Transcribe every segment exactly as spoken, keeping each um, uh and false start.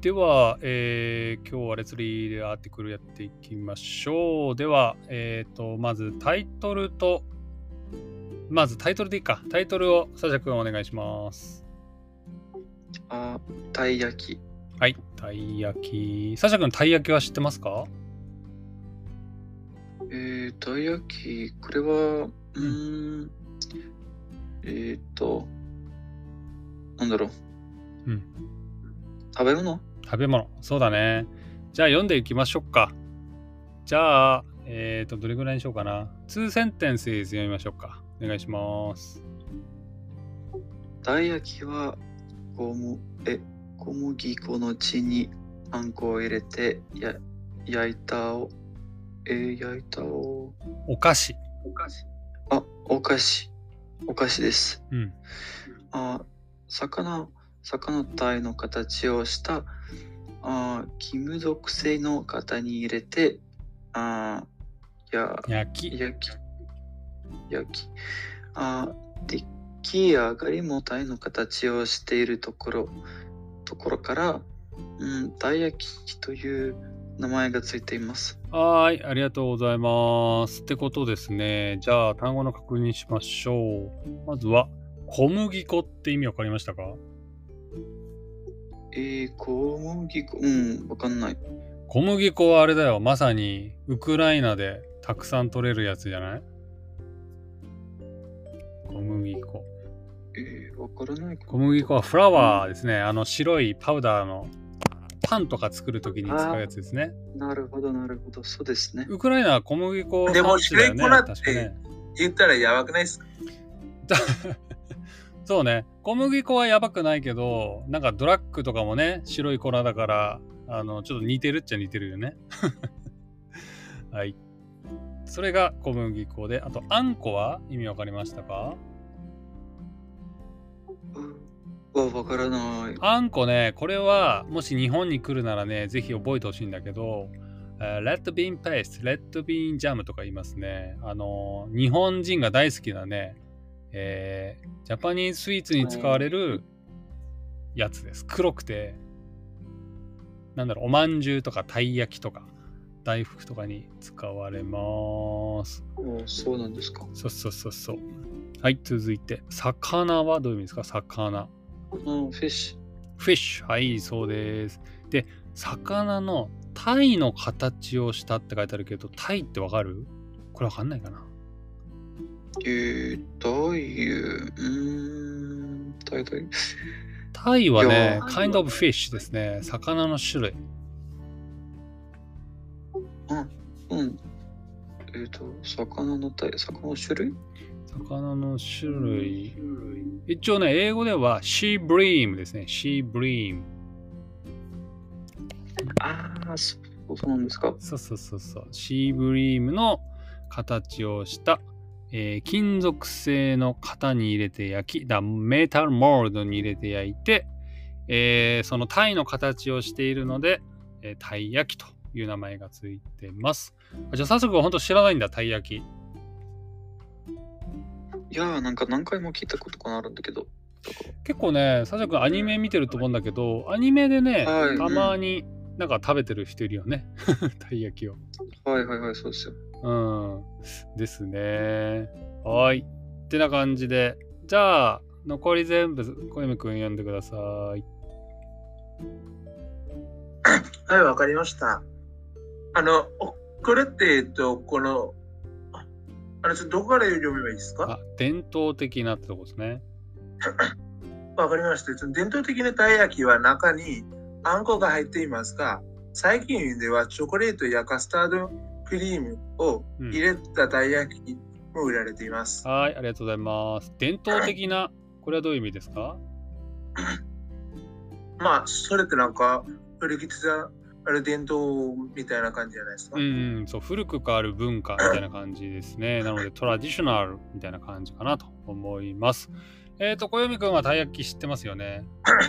では、えー今日はレツリーでアーティクルやっていきましょう。では、えーと、まずタイトルと、まずタイトルでいいか。タイトルをサシャ君お願いします。 あ、たい焼き。 はい、たい焼き。サシャ君、たい焼きは知ってますか？ えー、たい焼き、これは、うーん、えーっと、なんだろう。 うん。 食べ物食べ物。そうだね。じゃあ読んでいきましょうか。じゃあ、えーと、どれぐらいにしようかな。にセンテンス読みましょうか。お願いします。 たい焼きは小むえ小麦粉の地にあんこを入れてや焼いたを、えー焼いたを、 お菓子。 お菓子。あ、お菓子。お菓子です。 うん。 あ、魚、魚体の形をしたあ金属製の型に入れて、あや焼き。 焼き、焼き、あ出来上がりもたいの形をしているところ、ところから、うん、たい焼きという名前がついています。 はーい、ありがとうございます。ってことですね。じゃあ、単語の確認しましょう。まずは、小麦粉って意味わかりましたか？ えー、小麦粉、うん、わかんない。 小麦粉はあれだよ。まさに、ウクライナでたくさん取れるやつじゃない？小麦粉。 えー、わからないか。 小麦粉はフラワーですね。あの白いパウダーのパンとか作るときに使うやつですね。 なるほど、なるほど。そうですね。 ウクライナは小麦粉でも産地だよね。 白い粉って確かね。 言ったらやばくないですか？ そうね。小麦粉はやばくないけど、なんかドラッグとかもね、白い粉だから、あの、ちょっと似てるっちゃ似てるよね。はい。それが小麦粉で、あと、あんこは意味わかりましたか？ わ、わからない。 あんこね、これは、もし日本に来るならね、ぜひ覚えてほしいんだけど、レッドビーンペースト、レッドビーンジャムとか言いますね。あの、日本人が大好きなね、えー、ジャパニーズスイーツに使われるやつです。黒くて、なんだろう、おまんじゅうとかたい焼きとか大福とかに使われます。 お、そうなんですか。 そうそうそうそう。はい、続いて、魚はどういう意味ですか？魚。 うん、フィッシュ。 フィッシュ。はい、そうです。で、魚の鯛の形をしたって書いてあるけど、鯛ってわかる？これわかんないかな？ えー、どういう、うーん、たいたい。 鯛はねいや、ー kind of fish ですね。魚の種類。 うん、うん。えっ、と、魚のたい、魚の種類魚の種類。一応ね、英語ではシーブリームですね。シーブリーム。 ああ、そうそうなんですか。 そうそうそうそう。シーブリームの形をした、えー金属製の型に入れて焼き、だメタルモールドに入れて焼いて、えーその鯛の形をしているので、えー、鯛焼きという名前がついてます。あ、じゃあ早速本当知らないんだ、鯛焼き。 いやー、なんか何回も聞いたことがあるんだけど。 結構ね、サジャ君アニメ見てると思うんだけど、アニメでね、 はい、 たまになんか食べてる人いるよね。たい焼きを。 はいはいはい、そうですよ。 うん。ですね。はい。ってな感じで。じゃあ、残り全部、小泉くん読んでください。 はい、わかりました。あの、おこれって、えっと、この、ああの、ちょっとどこから読めばいいですか？ あ、伝統的なってとこですね。 わかりました。その伝統的なたい焼きは中にあんこが入っていますが、最近ではチョコレートやカスタードクリームを入れたたい焼きも売られています。 はい、ありがとうございます。伝統的な、これはどういう意味ですか？ まあ、それってなんか、古きたあれ伝統みたいな感じじゃないですか。 うん、うん、そう、古くからある文化みたいな感じですね。なので、トラディショナルみたいな感じかなと思います。えっ、ー、と、小泉くんはたい焼き知ってますよね。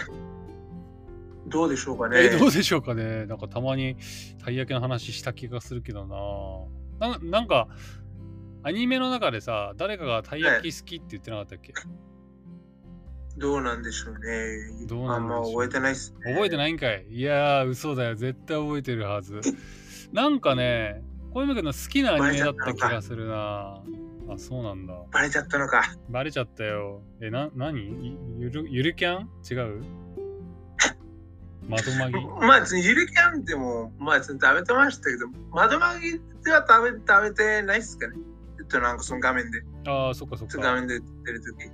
どうでしょうかね。 えー、どうでしょうかね。なんかたまにたい焼きの話した気がするけどな。な、なんか、アニメの中でさ、誰かがたい焼き好きって言ってなかったっけ？ どうなんでしょうね。 どうなんでしょうあんま覚えてないっすね。 覚えてないんかい。いやー、嘘だよ。絶対覚えてるはず。なんかね、小山くんの好きなアニメだった気がするな。あ、そうなんだ。 バレちゃったのか。 バレちゃったよ。え、な、なにゆる、ゆるキャン違う窓マギまあ、ゆるキャンでも、まあ、食べてましたけど、窓マギでは食べ食べてないっすかね。えっと、なんかその画面で。 ああ、そっかそっ画か。 面で出るとき。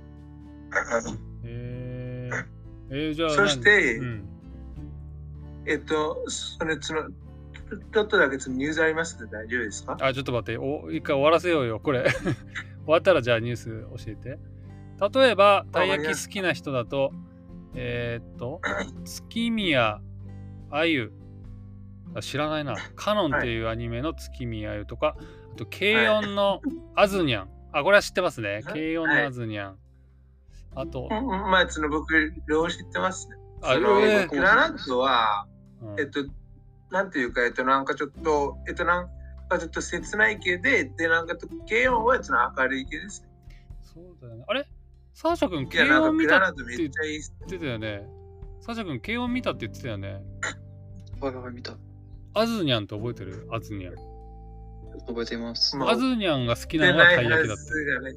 えー、えー、じゃあ、 そして、 うん、えっと、それ、その、ちょっとだけそのニュースありますけど大丈夫ですか？ あ、ちょっと待って。お、一回終わらせようよ。これ。終わったらじゃあニュース教えて。例えば、たい焼き好きな人だと、えー、っと、月宮あゆ。知らないな。カノンっていうアニメの月宮あゆとか、あと、軽音のあずにゃん。あ、これは知ってますね。軽音のあずにゃん。あと、 まあ、その僕、両方知ってますね。 あ、 そのえーグラナットは、 うんえっと、なんていうか、えっと、なんかちょっと、えっと、なんかちょっと切ない系で、で、なんか、軽音はその明るい系ですね。 そうだよね。あれサーシャ君、 いや、なんか軽音見たってグラナットめっ言ちゃいいっす。 ってたよね。サーシャ君、軽音見たって言ってたよね。 はいはい、見た。 あずにゃんって覚えてるあずにゃん。 覚えています。 まあずにゃんが好きなのはたい焼きだっはずがね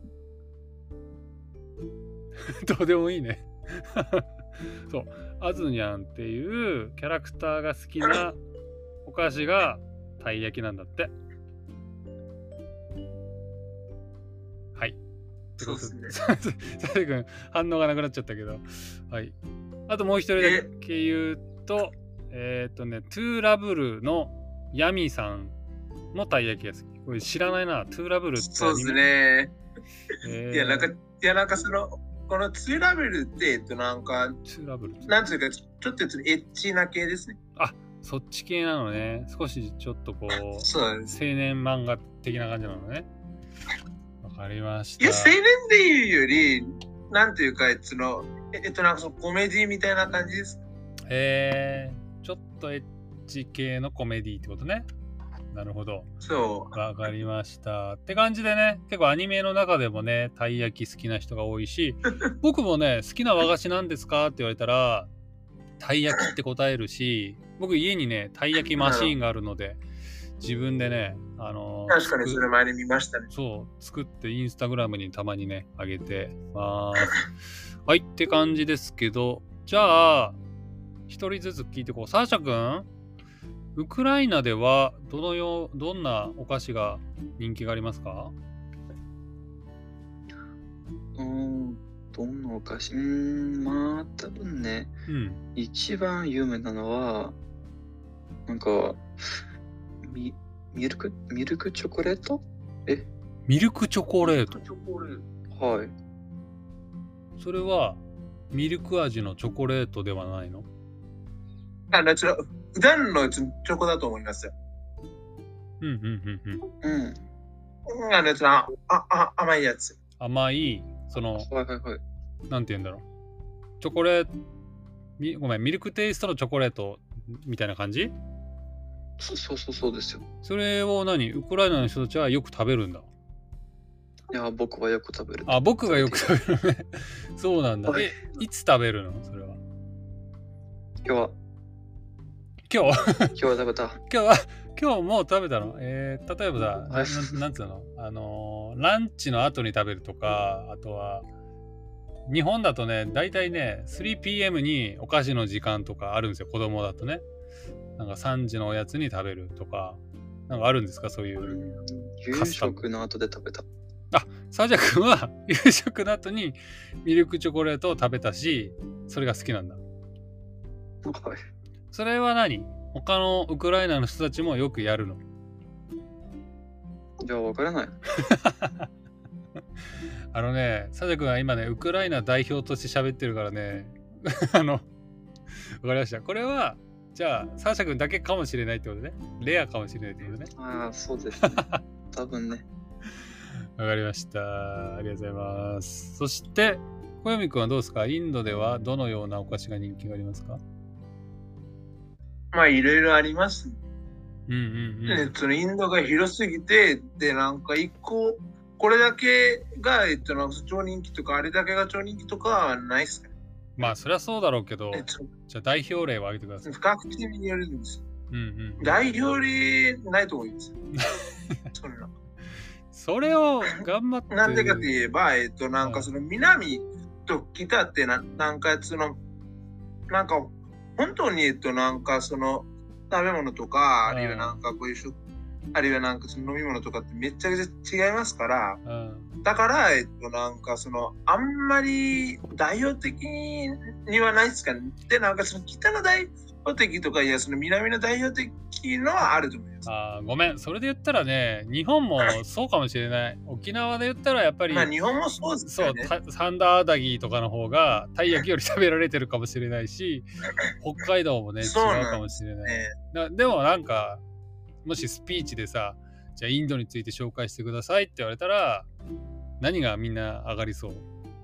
た。どうでもいいね。そう。あずにゃんっていうキャラクターが好きなお菓子がたい焼きなんだって。はい。 そうですね。 サー君、反応がなくなっちゃったけど。はい。あともう一人だけ言うと、えーっとね、トゥーラブルのヤミさんのたい焼きが好き。これ知らないな。トゥーラブルってそうですね。 えー、 いや、なんか、いや、なんかその、このツーラベルって、えっと、なんか、 トゥーラブル。 なんていうか、ちょっとエッチな系ですね。 あ、そっち系なのね。少しちょっとこう、 そうです。 青年漫画的な感じなのね。わかりました。 いや、青年でいうより、なんていうか、その、えっと、なんかそのコメディみたいな感じです。 えー、ちょっとエッチ系のコメディってことね。なるほど。 そう。 わかりました。って感じでね、結構アニメの中でもね、たい焼き好きな人が多いし、僕もね、好きな和菓子なんですかって言われたら、たい焼きって答えるし、僕家にね、たい焼きマシーンがあるので、自分でね、あのー、 確かにそれ前に見ましたね。 そう、作ってインスタグラムにたまにね、あげてます。はいって感じですけど、じゃあ、一人ずつ聞いてこう。サーシャ君、ウクライナではどのよう、どんなお菓子が人気がありますか？ うーん、どんなお菓子うーん、まあ、多分ね、 うん。 一番有名なのは、なんか、ミミルク、ミルクチョコレートえミルクチョコレート。 はい。 それはミルク味のチョコレートではないの？ あの、ちょ普段のチョコだと思いますよ。 うんうんうんうん。 うん。 うんあの、ちょああ甘いやつ。 甘い、その、 はいはいはい。 なんて言うんだろう。チョコレート、みごめん、ミルクテイストのチョコレートみたいな感じ？ そうそうそうそうですよ。 それを何ウクライナの人たちはよく食べるんだ。 いや、僕はよく食べる。 あ、僕がよく食べるね。そうなんだ。 はいえ、いつ食べるのそれは。 今日は、 今日今日は食べた。 今日は、今日もう食べたのえー、例えばさ、 はいななんつうのあのー、ランチの後に食べるとか、あとは、日本だとね、大体ね、スリーピーエム にお菓子の時間とかあるんですよ、子供だとね。なんかさんじのおやつに食べるとか、なんかあるんですか、そういう夕食の後で食べた。 あ、サージャ君は夕食の後にミルクチョコレートを食べたし、それが好きなんだ。 はい。 それは何？他のウクライナの人たちもよくやるの？ いや、わからない。 あのね、サージャ君は今ね、ウクライナ代表として喋ってるからね、あの、わかりました。これは、じゃあ、サーシャ君だけかもしれないってことね。レアかもしれないってことね。 ああ、そうですね。多分ね。 わかりました。ありがとうございます。そして、小読君はどうですか？インドではどのようなお菓子が人気がありますか？ まあ、いろいろあります。 うんうんうん。 ね、そのインドが広すぎて、で、なんか一個、 これだけが、えっと、なんか超人気とか、あれだけが超人気とかはないっすかね。 まあ、そりゃそうだろうけど、 えっと、 じゃあ代表例を挙げてください。 不確定によるんですよ。 うんうんうん、 代表例ないと思いますよ。そんな。 それを頑張って。 なんでかといえば、えっと、なんかその南と北ってな、なんかその、なんか本当に、えっと、なんかその食べ物とか、あるいはなんかこういう食、あるいはなんかその飲み物とかってめっちゃくちゃ違いますから、 うん、 だから、えっと、なんかその、あんまり代表的にはないですかね。で、なんかその北の代表的とか、いや、その南の代表的のはあると思います。 あ、ごめん、それで言ったらね、日本もそうかもしれない。沖縄で言ったらやっぱり、 まあ日本もそうですよね。 そう、サンダーダギーとかの方が、たい焼きより食べられてるかもしれないし、北海道もね、違うかもしれない。 ね、 なでもなんか、もしスピーチでさ、じゃあインドについて紹介してくださいって言われたら、何がみんな上がりそう？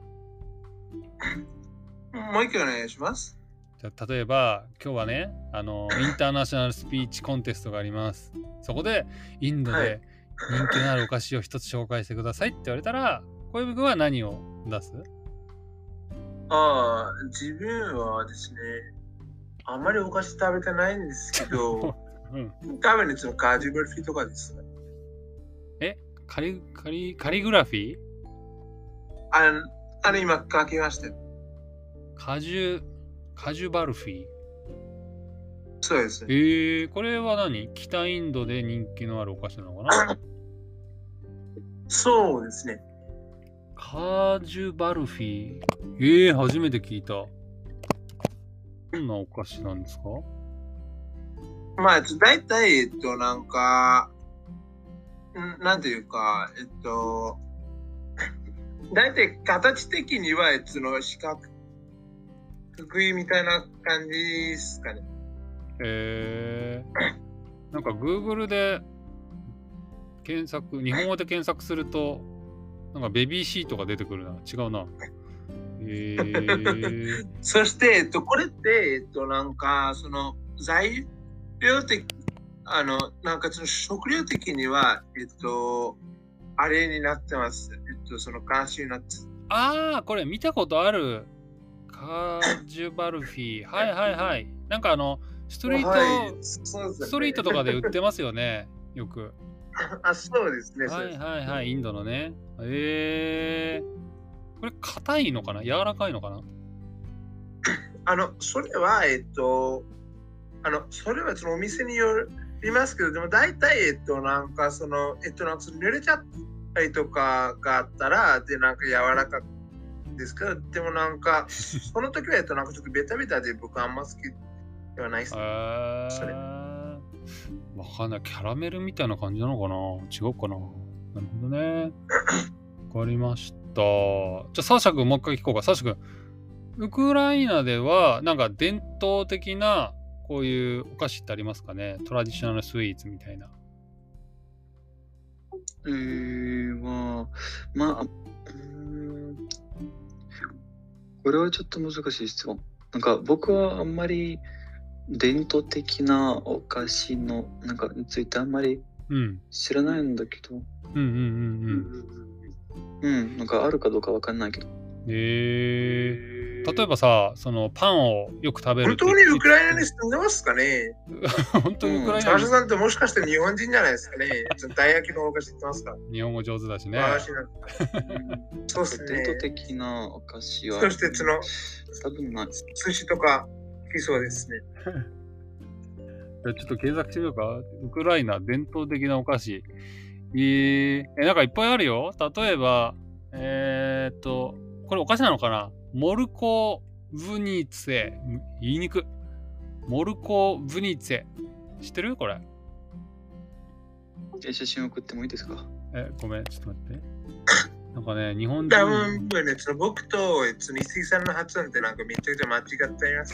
もう一回お願いします。 じゃあ例えば今日はね、あのインターナショナルスピーチコンテストがあります。そこでインドで人気のあるお菓子を一つ紹介してくださいって言われたら、小籔君は何を出す？ ああ、自分はですね、あんまりお菓子食べてないんですけど、うん、多分ね、そのカジュグラフィーとかですね。 えカリカリカリグラフィー？ あの、あの今書きましたよ。 カジュカジュバルフィー。 そうです。 えー、これは何？北インドで人気のあるお菓子なのかな？ そうですね。 カジュバルフィー。えー、初めて聞いた。どんなお菓子なんですか？ まあ、大体、えっと、なんか、んなんていうか、えっと、大体形的には、えっと、の四角いみたいな感じですかね。 えー、なんか Google で検索、日本語で検索すると、なんかベビーシートが出てくるな。違うな。えー、 そして、えっと、これって、えっと、なんか、その、材料的、あの、なんかその食料的には、えっと、あれになってます。えっと、そのカシューナッツ。 ああ、これ見たことある。カジュバルフィー。はいはいはい。なんかあの、ストリート、 はいね、 ストリートとかで売ってますよね。よく。 あ、そうですね。 はいはいはい。インドのね。えー、これ硬いのかな？柔らかいのかな？ あの、それは、えっと、あの、それはそのお店によりますけど、でも大体、えっと、なんかその、えっと、なんかその濡れちゃったりとかがあったら、で、なんか柔らかいですけど、でもなんか、その時は、えっと、なんかちょっとベタベタで僕あんま好きではないです。 えー、それ。わかんない。キャラメルみたいな感じなのかな？違うかな？なるほどね。わかりました。じゃあ、サーシャ君もう一回聞こうか。サーシャ君。ウクライナでは、なんか伝統的なこういうお菓子ってありますかね？トラディショナルスイーツみたいな。 えー、まあ、まあ、うーん、これはちょっと難しい質問。なんか僕はあんまり伝統的なお菓子のなんかについてあんまり知らないんだけど。 うんうんうんうん。うん、なんかあるかどうかわかんないけど。 へえー。例えばさ、そのパンをよく食べる本当にウクライナに住んでますかね？ 本当にウクライナに。 サーシャさんってもしかして日本人じゃないですかね？たい焼きのお菓子知ってますか？ 日本語上手だしね。 そうですね。 伝統的なお菓子は。 そしてその、 多分ない。 寿司とか来そうですね。 ちょっと検索してみようか。ウクライナ伝統的なお菓子。えー、え、なんかいっぱいあるよ。例えば、えー、っと、これお菓子なのかな？モルコブニツェ。言いにく。モルコブニツェ。知ってるこれ。 え、写真送ってもいいですか？ え、ごめん、ちょっと待って。なんかね、日本人。多分ね、その僕とニスイさんの発音ってなんかめちゃくちゃ間違ってあります。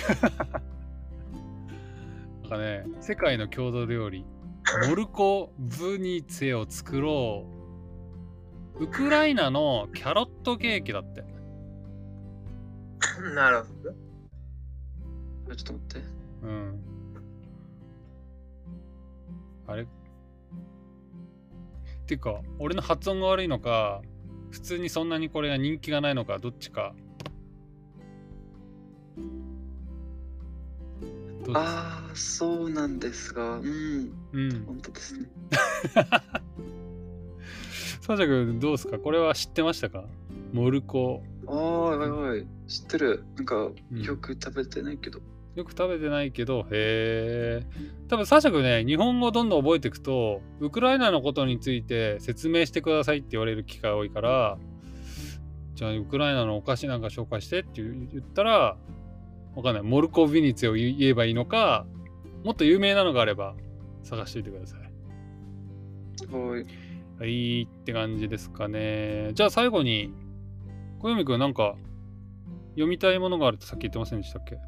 なんかね、世界の郷土料理、モルコブニツェを作ろう。ウクライナのキャロットケーキだって。 なるほど。 ちょっと待って。 うん。っていうか、俺の発音が悪いのか、普通にそんなにこれが人気がないのか、どっちか。どうですか？ ああ、そうなんですが、うん、 うん。 本当ですね。 サーシャ君どうですか？これは知ってましたか？モルコ。 ああ、はいはい、知ってる。なんか、 うんよく食べてないけど。 よく食べてないけど、へえ。多分サーシャ君ね、日本語をどんどん覚えていくと、ウクライナのことについて説明してくださいって言われる機会が多いから、じゃあウクライナのお菓子なんか紹介してって言ったら、わかんない。モルコビニツェを言えばいいのか、もっと有名なのがあれば探しておいてください。 はい。 はいって感じですかね。じゃあ最後に、小読くんなんか読みたいものがあるとさっき言ってませんでしたっけ？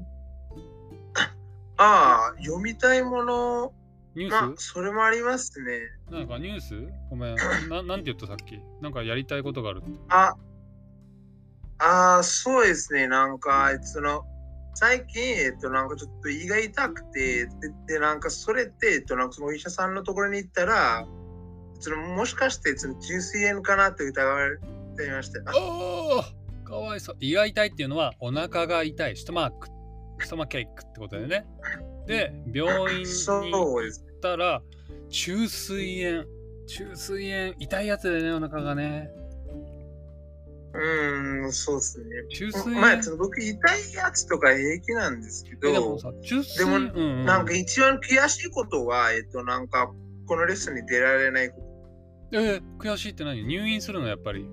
ああ、読みたいもの、 ニュまあ、 ース、 それもありますね。 なんかニュースごめんな。なんて言ったさっき？なんかやりたいことがあるって。 あ、ああ、そうですね。なんか、その、最近、えっと、なんかちょっと胃が痛くて、で、でなんかそれって、えっと、なんかそのお医者さんのところに行ったら、そのもしかして、その虫垂炎かなって疑われていました。 おー、かわいそう。胃が痛いっていうのはお腹が痛い、ストマーク、ストマケークってことでね。で、病院に行ったら、虫垂炎。虫垂炎、痛いやつでね、お腹がね。 うーん、そうですね。 虫垂炎。 まあ、僕、痛いやつとか平気なんですけど、 でもさ、虫垂炎。 でも、うんうん、なんか一番悔しいことは、えっと、なんか、このレッスンに出られないこと。 えー、悔しいって何？入院するのやっぱり。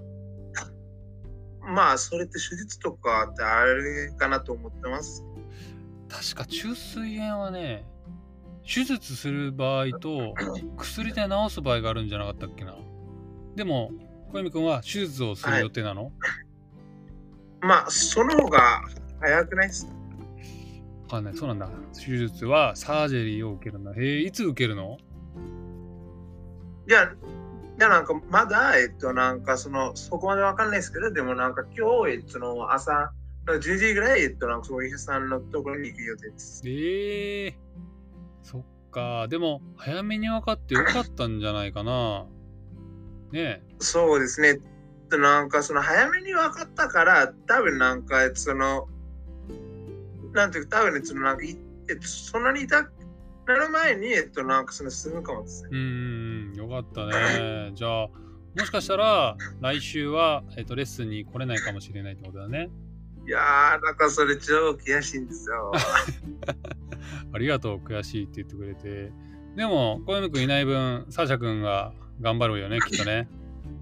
まあ、それって手術とかってあれかなと思ってます。 確か虫垂炎はね、手術する場合と薬で治す場合があるんじゃなかったっけな。でも、小泉君は手術をする予定なの？はい、 まあ、その方が早くないですか？ わかんない。そうなんだ。手術はサージェリーを受けるんだ。へえ、いつ受けるの？ いや、いやなんかまだ、えっと、なんかその、そこまでわかんないですけど、でもなんか今日、えっと、の朝じゅうじぐらい、えっと、なんかそういうお医者さんのところに行く予定です。 ええー、そっか。でも、早めに分かってよかったんじゃないかな。ねえ。 そうですね。なんかその早めに分かったから、多分なんかその、なんていうか、多分ね、そのなんか、えっと、そんなに痛くなる前に、えっと、なんかその進むかもですね。 うーん、よかったね。じゃあ、もしかしたら来週は、えっと、レッスンに来れないかもしれないってことだね。 いやー、なんかそれ超悔しいんですよ。 ありがとう、悔しいって言ってくれて。でも、小山くんいない分、サーシャくんが頑張るよね、きっとね。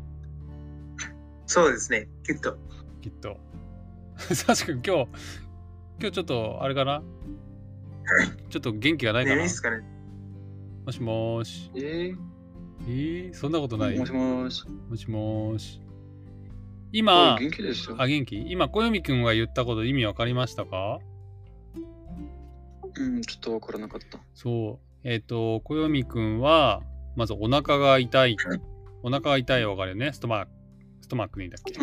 そうですね、きっと。 きっと。サーシャくん、今日、今日ちょっと、あれかなちょっと元気がないかな、 眠いっすかね。 もしもーし。 えー、 えー、そんなことない？ もしもーし。 もしもーし。今、 元気ですよ。 あ、元気？今、小読くんが言ったこと意味わかりましたか？ うん、ちょっとわからなかった。 そう。えっ、ー、と、小読くんは、まずお腹が痛い。お腹が痛いはわかるよね。ストマーク。ストマークでいいんだっけ？ うん。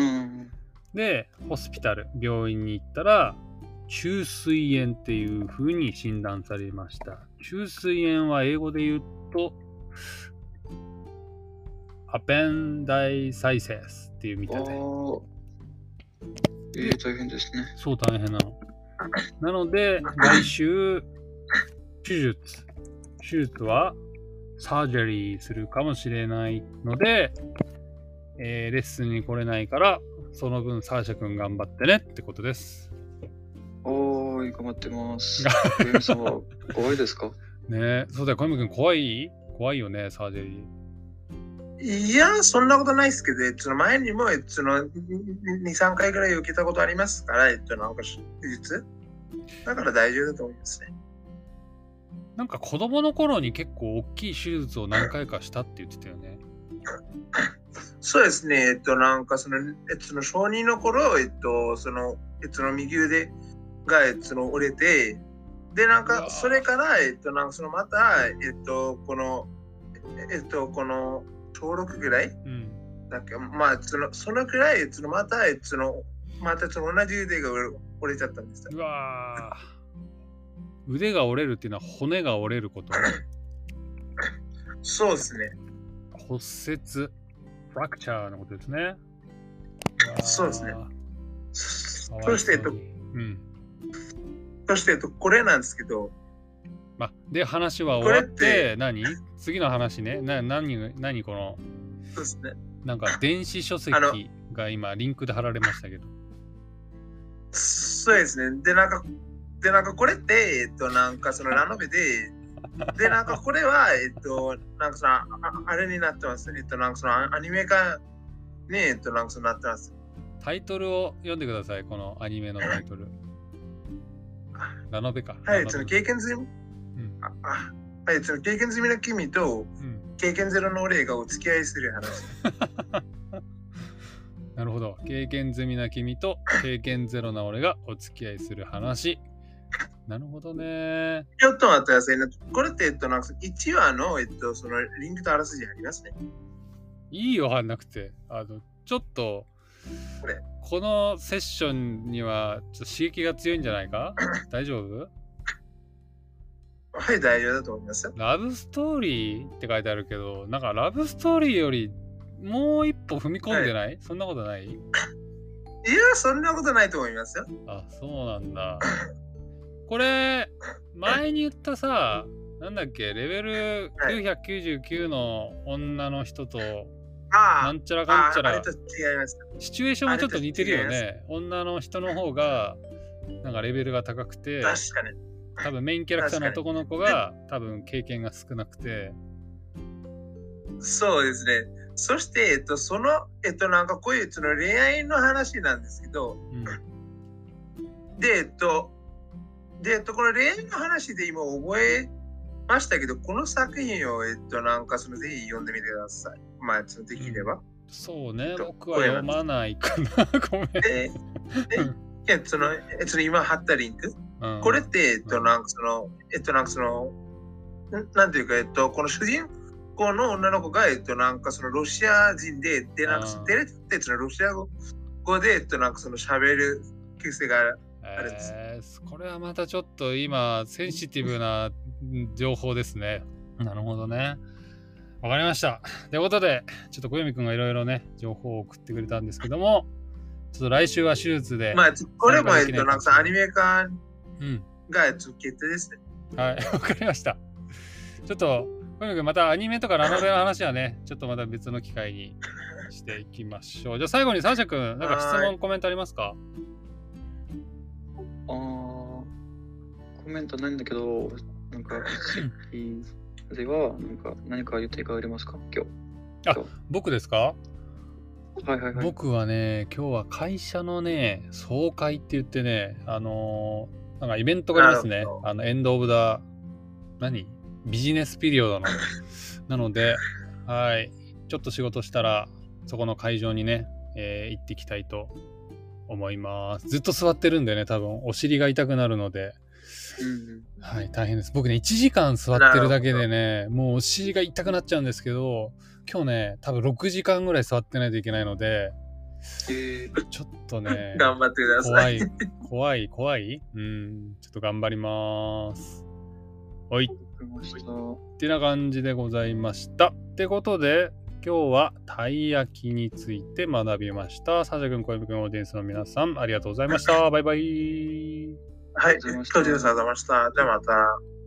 で、ホスピタル、病院に行ったら、虫垂炎っていう風に診断されました。虫垂炎は英語で言うと、アペンダイサイセスっていうみたいで。 えー、大変ですね。 そう、大変なの。なので、来週、手術。手術はサージェリーするかもしれないので、えー、レッスンに来れないから、その分、サーシャ君頑張ってねってことです。 おーい、頑張ってます。小山さんは怖いですか？ ねえ、そうだよ、小山君怖い？怖いよね、サージェリー。 いや、そんなことないですけど、その前にもそのに、さんかいぐらい受けたことありますから、えっと、なんか手術だから大丈夫だと思いますね。 なんか子供の頃に結構大きい手術を何回かしたって言ってたよね。 そうですね、えっと、なんかその、えっと、その小児の頃、えっと、その、えっと、の右腕が、えっと、の折れて、で、なんか、それから、えっと、なんかそのまた、えっと、この、えっと、この、小ろくぐらい、うん、だっけ、まあ、その、そのくらい、そのまた、その、またその同じ腕が折れちゃったんです。 うわー。腕が折れるっていうのは骨が折れること？ そうですね。 骨折、フラクチャーのことですね。 そうですね。 わーそして、えっと、 かわいそうにうん。 そして、えっと、これなんですけど、 まあ、で、話は終わっ、 これってて何次の話ね。な、何、何この、 そうですね。 なんか電子書あの籍が今リンクで貼られましたけど。 そうですね。で、なんか、で、なんかこれって、えっと、なんかそのラノベで、で、なんかこれは、えっと、なんかその、ああれになってます。えっと、なんかそのアアニメ化に、えっと、なんかそうなってます。 タイトルを読んでください、このアニメのタイトル。ラノベか。 はい、 ラノベその経験済み、 うん。 ああはい、その経験済みの君とうん。 経験ゼロの俺がお付き合いする話。 なるほど。経験済みな君と経験ゼロな俺がお付き合いする話。なるほどね。 ちょっと待ってくださいね。これって、えっと、なんかいちわの、えっと、そのリンクとあらすじありますね。 いいよ、はなくて。あの、ちょっと、 これ。 このセッションにはちょっと刺激が強いんじゃないか大丈夫はい、大丈夫だと思いますよ。 ラブストーリーって書いてあるけど、なんかラブストーリーよりもう一歩踏み込んでない、はい、そんなことない？いや、 そんなことないと思いますよ。 あ、そうなんだ。これ、前に言ったさ、なんだっけ、レベルきゅうひゃくきゅうじゅうきゅうの女の人と、なんちゃらかんちゃら、シチュエーションもちょっと似てるよね。女の人の方が、なんかレベルが高くて、 確かに。 多分メインキャラクターの男の子が多分経験が少なくて。 そうですね。そして、えっと、その、えっと、なんかこういうその恋愛の話なんですけど、うん、で、えっと、で、えっと、この恋愛の話で今覚えましたけど、この作品を、えっと、なんかそのぜひ読んでみてください。まあ、そのできれば。うん、 そうね、僕は読まないかな。ごめん。 で、でえその、えその今貼ったリンク、うん、これって、えっと、なんかその、えっと、なんかその、なんていうか、えっと、この主人公の女の子が、えっと、なんかそのロシア人で、で、なんかそのテレビってそのロシア語で、えっと、なんかその喋る癖があるんです。 えー、これはまたちょっと今、センシティブな情報ですね。なるほどね。わかりました。ということで、ちょっと小読くんがいろいろね、情報を送ってくれたんですけども、ちょっと来週は手術で。 まあ、これも、えっと、なんかアニメ化が決定ですね。 うん、はい、わかりました。ちょっと、小読くん、またアニメとかラノベの話はね、ちょっとまた別の機会にしていきましょう。じゃあ最後にサーシャ君、なんか質問、コメントありますか？ あー、コメントないんだけど、なんか、では、なんか何か予定がありますか？今日。 あ、僕ですか？ はいはいはい。 僕はね、今日は会社のね、総会って言ってね、あのー、なんかイベントがありますね。あの、エンドオブダ、何？ビジネスピリオドの。なので、はい。ちょっと仕事したら、そこの会場にね、えー、行ってきたいと思います。ずっと座ってるんでね、多分お尻が痛くなるので、うん、はい、大変です。僕ね、いちじかん座ってるだけでね、もうお尻が痛くなっちゃうんですけど、今日ね、多分ろくじかんぐらい座ってないといけないので、えー、ちょっとね、 頑張ってください。 怖い、怖い、怖い。うん、ちょっと頑張ります。はい。ってな感じでございました。ってことで、今日はたい焼きについて学びました。サーシャ君、小籔君、オーディエンスの皆さん、ありがとうございました。バイバイ。 はい、ありがとうございました。じゃあまた。